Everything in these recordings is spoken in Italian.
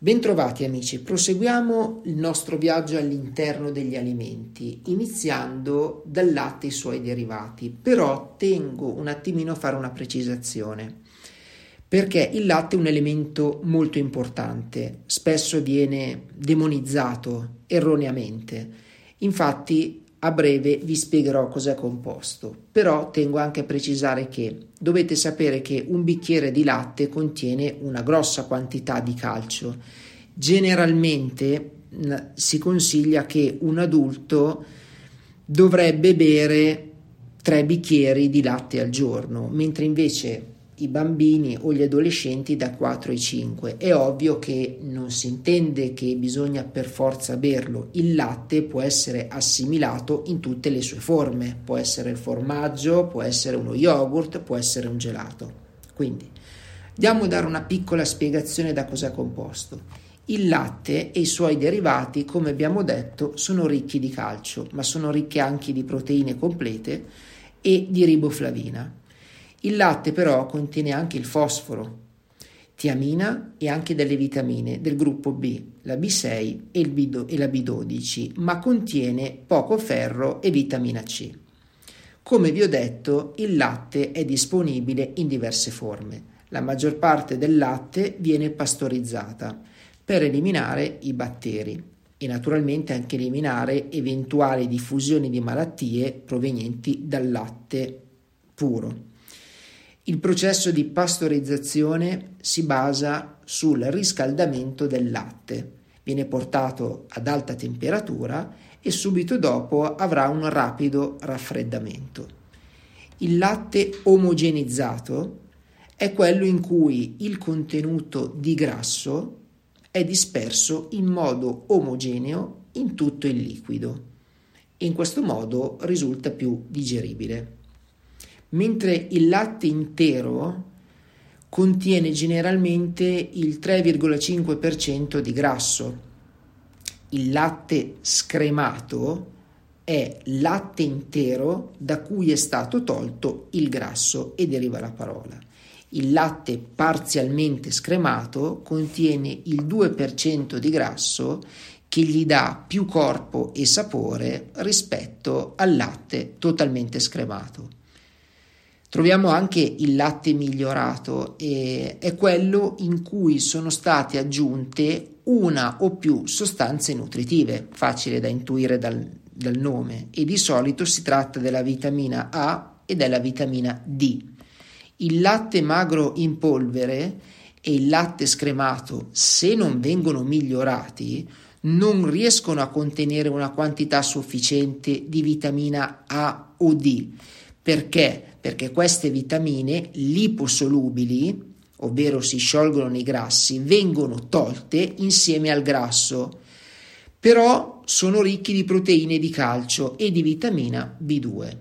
Bentrovati amici, proseguiamo il nostro viaggio all'interno degli alimenti, iniziando dal latte e i suoi derivati, però tengo un attimino a fare una precisazione, perché il latte è un elemento molto importante, spesso viene demonizzato erroneamente, infatti a breve vi spiegherò cos'è composto, però tengo anche a precisare che dovete sapere che un bicchiere di latte contiene una grossa quantità di calcio. Generalmente si consiglia che un adulto dovrebbe bere 3 bicchieri di latte al giorno, mentre invece i bambini o gli adolescenti da 4 ai 5. È ovvio che non si intende che bisogna per forza berlo. Il latte può essere assimilato in tutte le sue forme, può essere il formaggio, può essere uno yogurt, può essere un gelato. Quindi andiamo a dare una piccola spiegazione da cosa è composto. Il latte e i suoi derivati, come abbiamo detto, sono ricchi di calcio, ma sono ricchi anche di proteine complete e di riboflavina. Il latte però contiene anche il fosforo, tiamina e anche delle vitamine del gruppo B, la B6 e la B12, ma contiene poco ferro e vitamina C. Come vi ho detto, il latte è disponibile in diverse forme. La maggior parte del latte viene pastorizzata per eliminare i batteri e naturalmente anche eliminare eventuali diffusioni di malattie provenienti dal latte puro. Il processo di pastorizzazione si basa sul riscaldamento del latte. Viene portato ad alta temperatura e subito dopo avrà un rapido raffreddamento. Il latte omogenizzato è quello in cui il contenuto di grasso è disperso in modo omogeneo in tutto il liquido e in questo modo risulta più digeribile. Mentre il latte intero contiene generalmente il 3,5% di grasso. Il latte scremato è latte intero da cui è stato tolto il grasso e deriva la parola. Il latte parzialmente scremato contiene il 2% di grasso che gli dà più corpo e sapore rispetto al latte totalmente scremato. Troviamo anche il latte migliorato e è quello in cui sono state aggiunte una o più sostanze nutritive, facile da intuire dal nome, e di solito si tratta della vitamina A e della vitamina D. Il latte magro in polvere e il latte scremato, se non vengono migliorati, non riescono a contenere una quantità sufficiente di vitamina A o D. Perché? Perché queste vitamine liposolubili, ovvero si sciolgono nei grassi, vengono tolte insieme al grasso, però sono ricchi di proteine di calcio e di vitamina B2.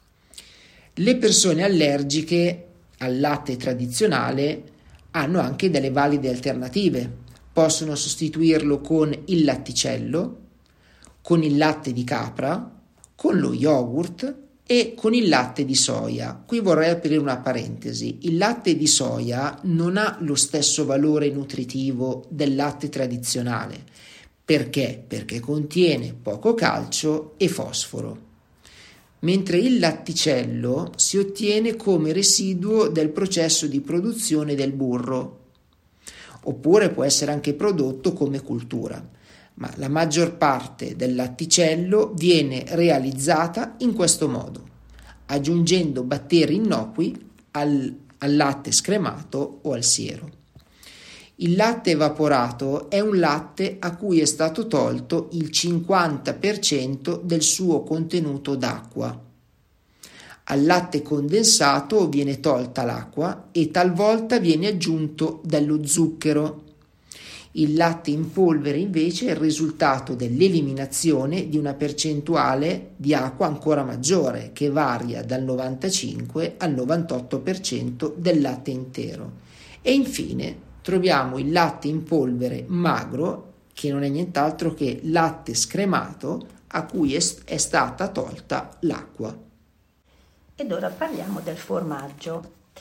Le persone allergiche al latte tradizionale hanno anche delle valide alternative. Possono sostituirlo con il latticello, con il latte di capra, con lo yogurt e con il latte di soia. Qui vorrei aprire una parentesi. Il latte di soia non ha lo stesso valore nutritivo del latte tradizionale. Perché? Perché contiene poco calcio e fosforo. Mentre il latticello si ottiene come residuo del processo di produzione del burro, oppure può essere anche prodotto come cultura. Ma la maggior parte del latticello viene realizzata in questo modo, aggiungendo batteri innocui al latte scremato o al siero. Il latte evaporato è un latte a cui è stato tolto il 50% del suo contenuto d'acqua. Al latte condensato viene tolta l'acqua e talvolta viene aggiunto dello zucchero. Il latte in polvere invece è il risultato dell'eliminazione di una percentuale di acqua ancora maggiore, che varia dal 95 al 98% del latte intero. E infine troviamo il latte in polvere magro, che non è nient'altro che latte scremato a cui è stata tolta l'acqua. Ed ora parliamo del formaggio.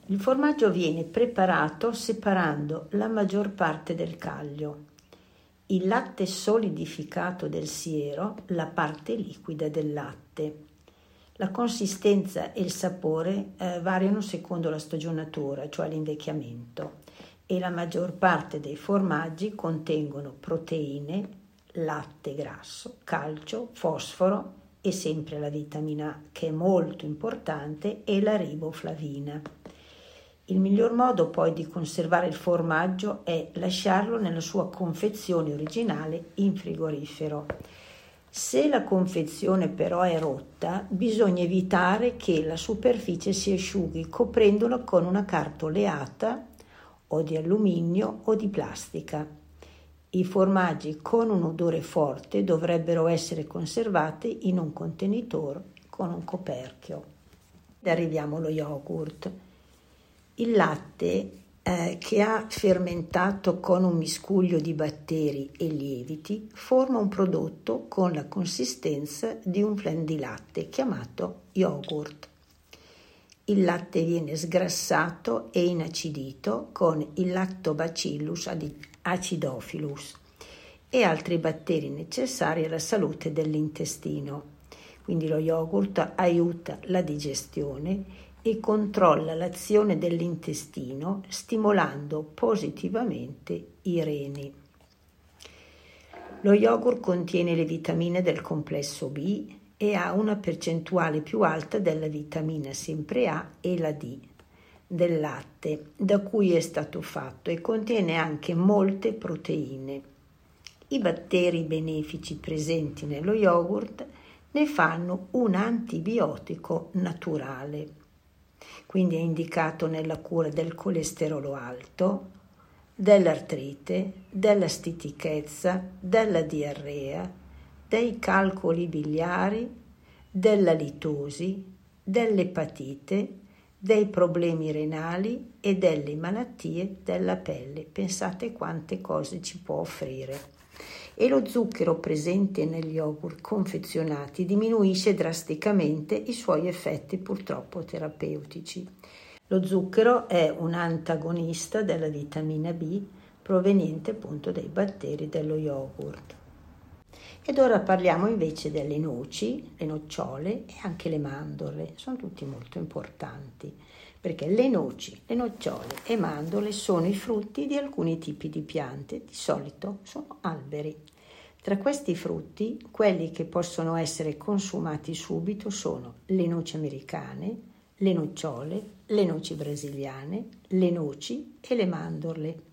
Il formaggio viene preparato separando la maggior parte del caglio, il latte solidificato del siero, la parte liquida del latte. La consistenza e il sapore variano secondo la stagionatura, cioè l'invecchiamento, e la maggior parte dei formaggi contengono proteine, latte grasso, calcio, fosforo e sempre la vitamina A, che è molto importante, e la riboflavina. Il miglior modo poi di conservare il formaggio è lasciarlo nella sua confezione originale in frigorifero. Se la confezione però è rotta, bisogna evitare che la superficie si asciughi coprendola con una carta oleata o di alluminio o di plastica. I formaggi con un odore forte dovrebbero essere conservati in un contenitore con un coperchio. Ed arriviamo allo yogurt. Il latte che ha fermentato con un miscuglio di batteri e lieviti forma un prodotto con la consistenza di un flan di latte chiamato yogurt. Il latte viene sgrassato e inacidito con il Lactobacillus acidophilus e altri batteri necessari alla salute dell'intestino. Quindi lo yogurt aiuta la digestione e controlla l'azione dell'intestino, stimolando positivamente i reni. Lo yogurt contiene le vitamine del complesso B e ha una percentuale più alta della vitamina sempre A e la D del latte, da cui è stato fatto, e contiene anche molte proteine. I batteri benefici presenti nello yogurt ne fanno un antibiotico naturale. Quindi è indicato nella cura del colesterolo alto, dell'artrite, della stitichezza, della diarrea, dei calcoli biliari, della litosi, dell'epatite, dei problemi renali e delle malattie della pelle. Pensate quante cose ci può offrire. E lo zucchero presente negli yogurt confezionati diminuisce drasticamente i suoi effetti purtroppo terapeutici. Lo zucchero è un antagonista della vitamina B proveniente appunto dai batteri dello yogurt. Ed ora parliamo invece delle noci, le nocciole e anche le mandorle. Sono tutti molto importanti perché le noci, le nocciole e mandorle sono i frutti di alcuni tipi di piante, di solito sono alberi. Tra questi frutti, quelli che possono essere consumati subito sono le noci americane, le nocciole, le noci brasiliane, le noci e le mandorle.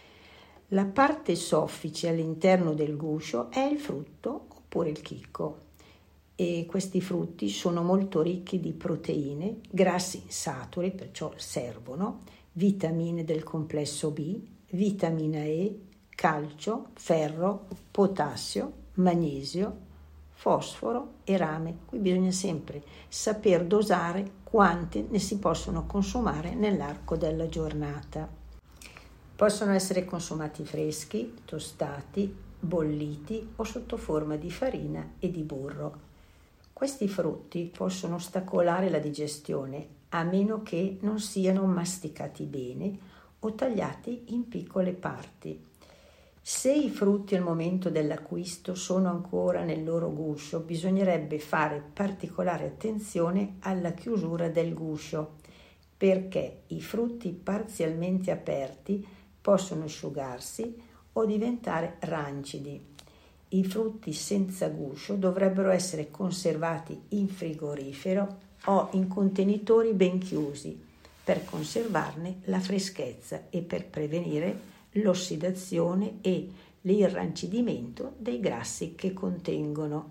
La parte soffice all'interno del guscio è il frutto oppure il chicco, e questi frutti sono molto ricchi di proteine, grassi insaturi, perciò servono, vitamine del complesso B, vitamina E, calcio, ferro, potassio, magnesio, fosforo e rame. Qui bisogna sempre saper dosare quante ne si possono consumare nell'arco della giornata. Possono essere consumati freschi, tostati, bolliti o sotto forma di farina e di burro. Questi frutti possono ostacolare la digestione a meno che non siano masticati bene o tagliati in piccole parti. Se i frutti al momento dell'acquisto sono ancora nel loro guscio, bisognerebbe fare particolare attenzione alla chiusura del guscio, perché i frutti parzialmente aperti possono asciugarsi o diventare rancidi. I frutti senza guscio dovrebbero essere conservati in frigorifero o in contenitori ben chiusi per conservarne la freschezza e per prevenire l'ossidazione e l'irrancidimento dei grassi che contengono.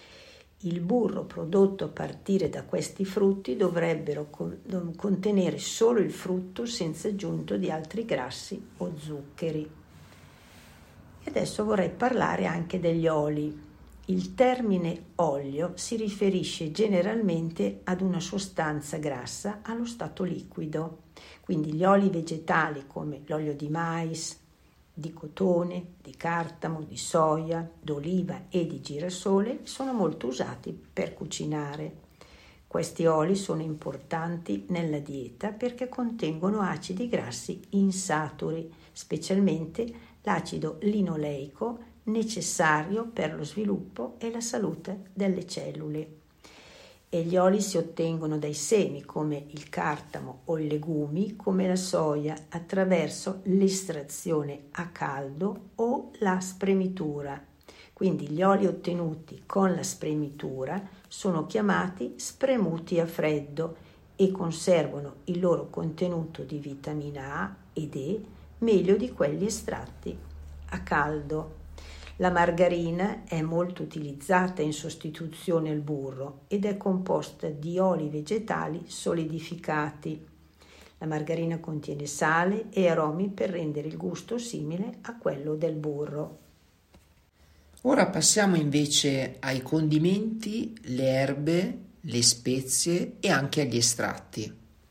Il burro prodotto a partire da questi frutti dovrebbero contenere solo il frutto senza aggiunta di altri grassi o zuccheri. E adesso vorrei parlare anche degli oli. Il termine olio si riferisce generalmente ad una sostanza grassa allo stato liquido. Quindi gli oli vegetali come l'olio di mais, di cotone, di cartamo, di soia, d'oliva e di girasole sono molto usati per cucinare. Questi oli sono importanti nella dieta perché contengono acidi grassi insaturi, specialmente l'acido linoleico necessario per lo sviluppo e la salute delle cellule. E gli oli si ottengono dai semi come il cartamo o i legumi come la soia attraverso l'estrazione a caldo o la spremitura. Quindi gli oli ottenuti con la spremitura sono chiamati spremuti a freddo e conservano il loro contenuto di vitamina A ed E meglio di quelli estratti a caldo. La margarina è molto utilizzata in sostituzione al burro ed è composta di oli vegetali solidificati. La margarina contiene sale e aromi per rendere il gusto simile a quello del burro. Ora passiamo invece ai condimenti, le erbe, le spezie e anche agli estratti.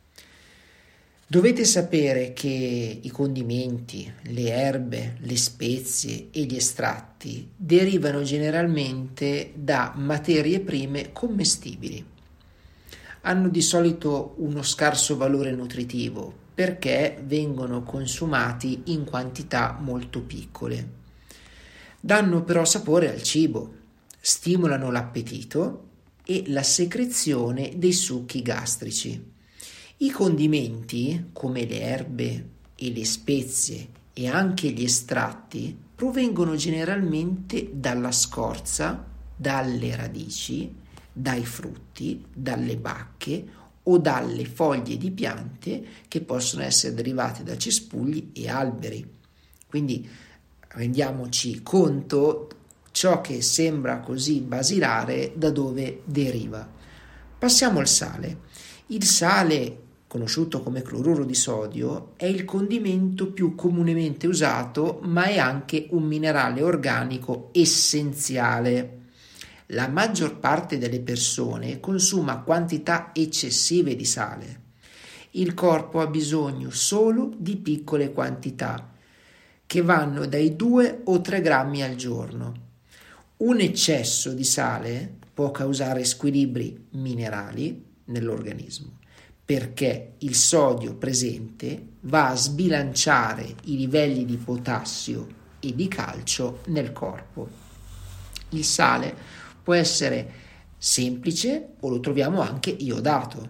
Dovete sapere che i condimenti, le erbe, le spezie e gli estratti derivano generalmente da materie prime commestibili. Hanno di solito uno scarso valore nutritivo perché vengono consumati in quantità molto piccole. Danno però sapore al cibo, stimolano l'appetito e la secrezione dei succhi gastrici. I condimenti, come le erbe e le spezie e anche gli estratti, provengono generalmente dalla scorza, dalle radici, dai frutti, dalle bacche o dalle foglie di piante che possono essere derivate da cespugli e alberi. Quindi rendiamoci conto ciò che sembra così basilare da dove deriva. Passiamo al sale. Il sale, conosciuto come cloruro di sodio, è il condimento più comunemente usato, ma è anche un minerale organico essenziale. La maggior parte delle persone consuma quantità eccessive di sale. Il corpo ha bisogno solo di piccole quantità, che vanno dai 2 o 3 grammi al giorno. Un eccesso di sale può causare squilibri minerali nell'organismo, perché il sodio presente va a sbilanciare i livelli di potassio e di calcio nel corpo. Il sale può essere semplice o lo troviamo anche iodato.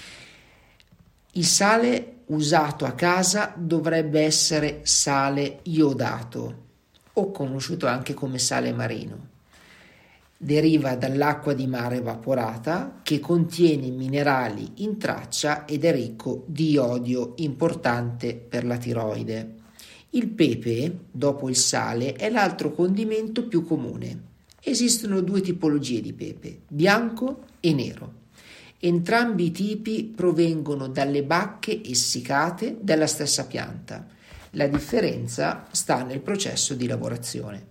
Il sale usato a casa dovrebbe essere sale iodato o conosciuto anche come sale marino. Deriva dall'acqua di mare evaporata che contiene minerali in traccia ed è ricco di iodio, importante per la tiroide. Il pepe, dopo il sale, è l'altro condimento più comune. Esistono 2 tipologie di pepe, bianco e nero. Entrambi i tipi provengono dalle bacche essiccate della stessa pianta. La differenza sta nel processo di lavorazione.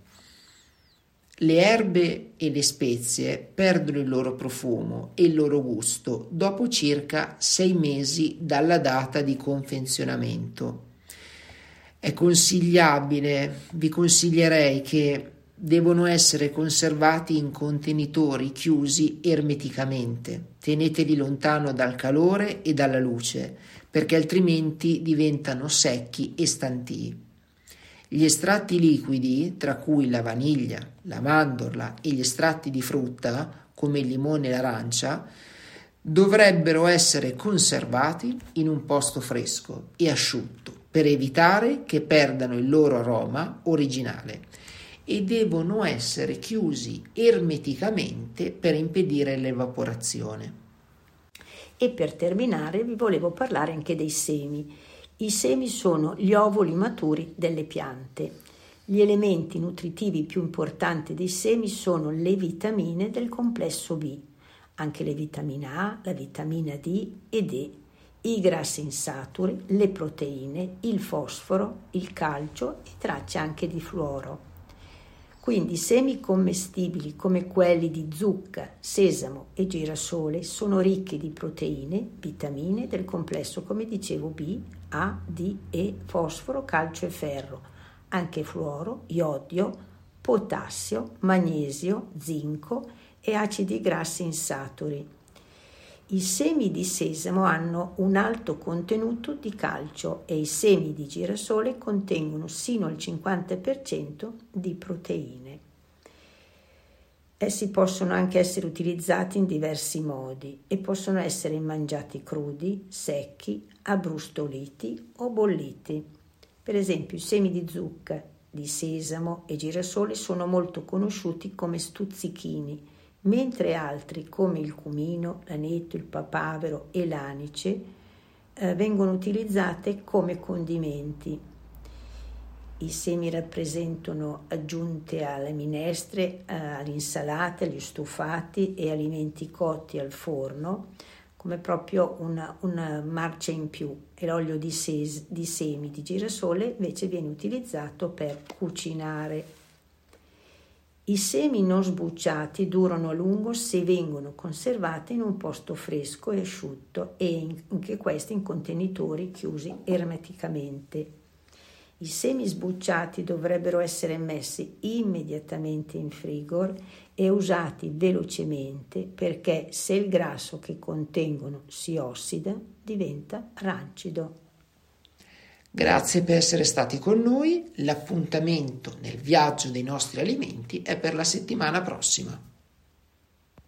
Le erbe e le spezie perdono il loro profumo e il loro gusto dopo circa 6 mesi dalla data di confezionamento. È consigliabile, vi consiglierei che devono essere conservati in contenitori chiusi ermeticamente. Teneteli lontano dal calore e dalla luce, perché altrimenti diventano secchi e stantii. Gli estratti liquidi, tra cui la vaniglia, la mandorla e gli estratti di frutta, come il limone e l'arancia, dovrebbero essere conservati in un posto fresco e asciutto per evitare che perdano il loro aroma originale e devono essere chiusi ermeticamente per impedire l'evaporazione. E per terminare vi volevo parlare anche dei semi. I semi sono gli ovuli maturi delle piante. Gli elementi nutritivi più importanti dei semi sono le vitamine del complesso B, anche le vitamina A, la vitamina D ed E, i grassi insaturi, le proteine, il fosforo, il calcio e tracce anche di fluoro. Quindi semi commestibili come quelli di zucca, sesamo e girasole sono ricchi di proteine, vitamine del complesso, come dicevo, B, A, D, E, fosforo, calcio e ferro, anche fluoro, iodio, potassio, magnesio, zinco e acidi grassi insaturi. I semi di sesamo hanno un alto contenuto di calcio e i semi di girasole contengono sino al 50% di proteine. Essi possono anche essere utilizzati in diversi modi e possono essere mangiati crudi, secchi, abbrustoliti o bolliti. Per esempio, i semi di zucca, di sesamo e girasole sono molto conosciuti come stuzzichini, mentre altri come il cumino, l'aneto, il papavero e l'anice vengono utilizzate come condimenti. I semi rappresentano aggiunte alle minestre, alle insalate, agli stufati e alimenti cotti al forno, come proprio una marcia in più. E l'olio di semi di girasole invece viene utilizzato per cucinare. I semi non sbucciati durano a lungo se vengono conservati in un posto fresco e asciutto e anche questi in contenitori chiusi ermeticamente. I semi sbucciati dovrebbero essere messi immediatamente in frigo e usati velocemente perché se il grasso che contengono si ossida diventa rancido. Grazie per essere stati con noi. L'appuntamento nel viaggio dei nostri alimenti è per la settimana prossima.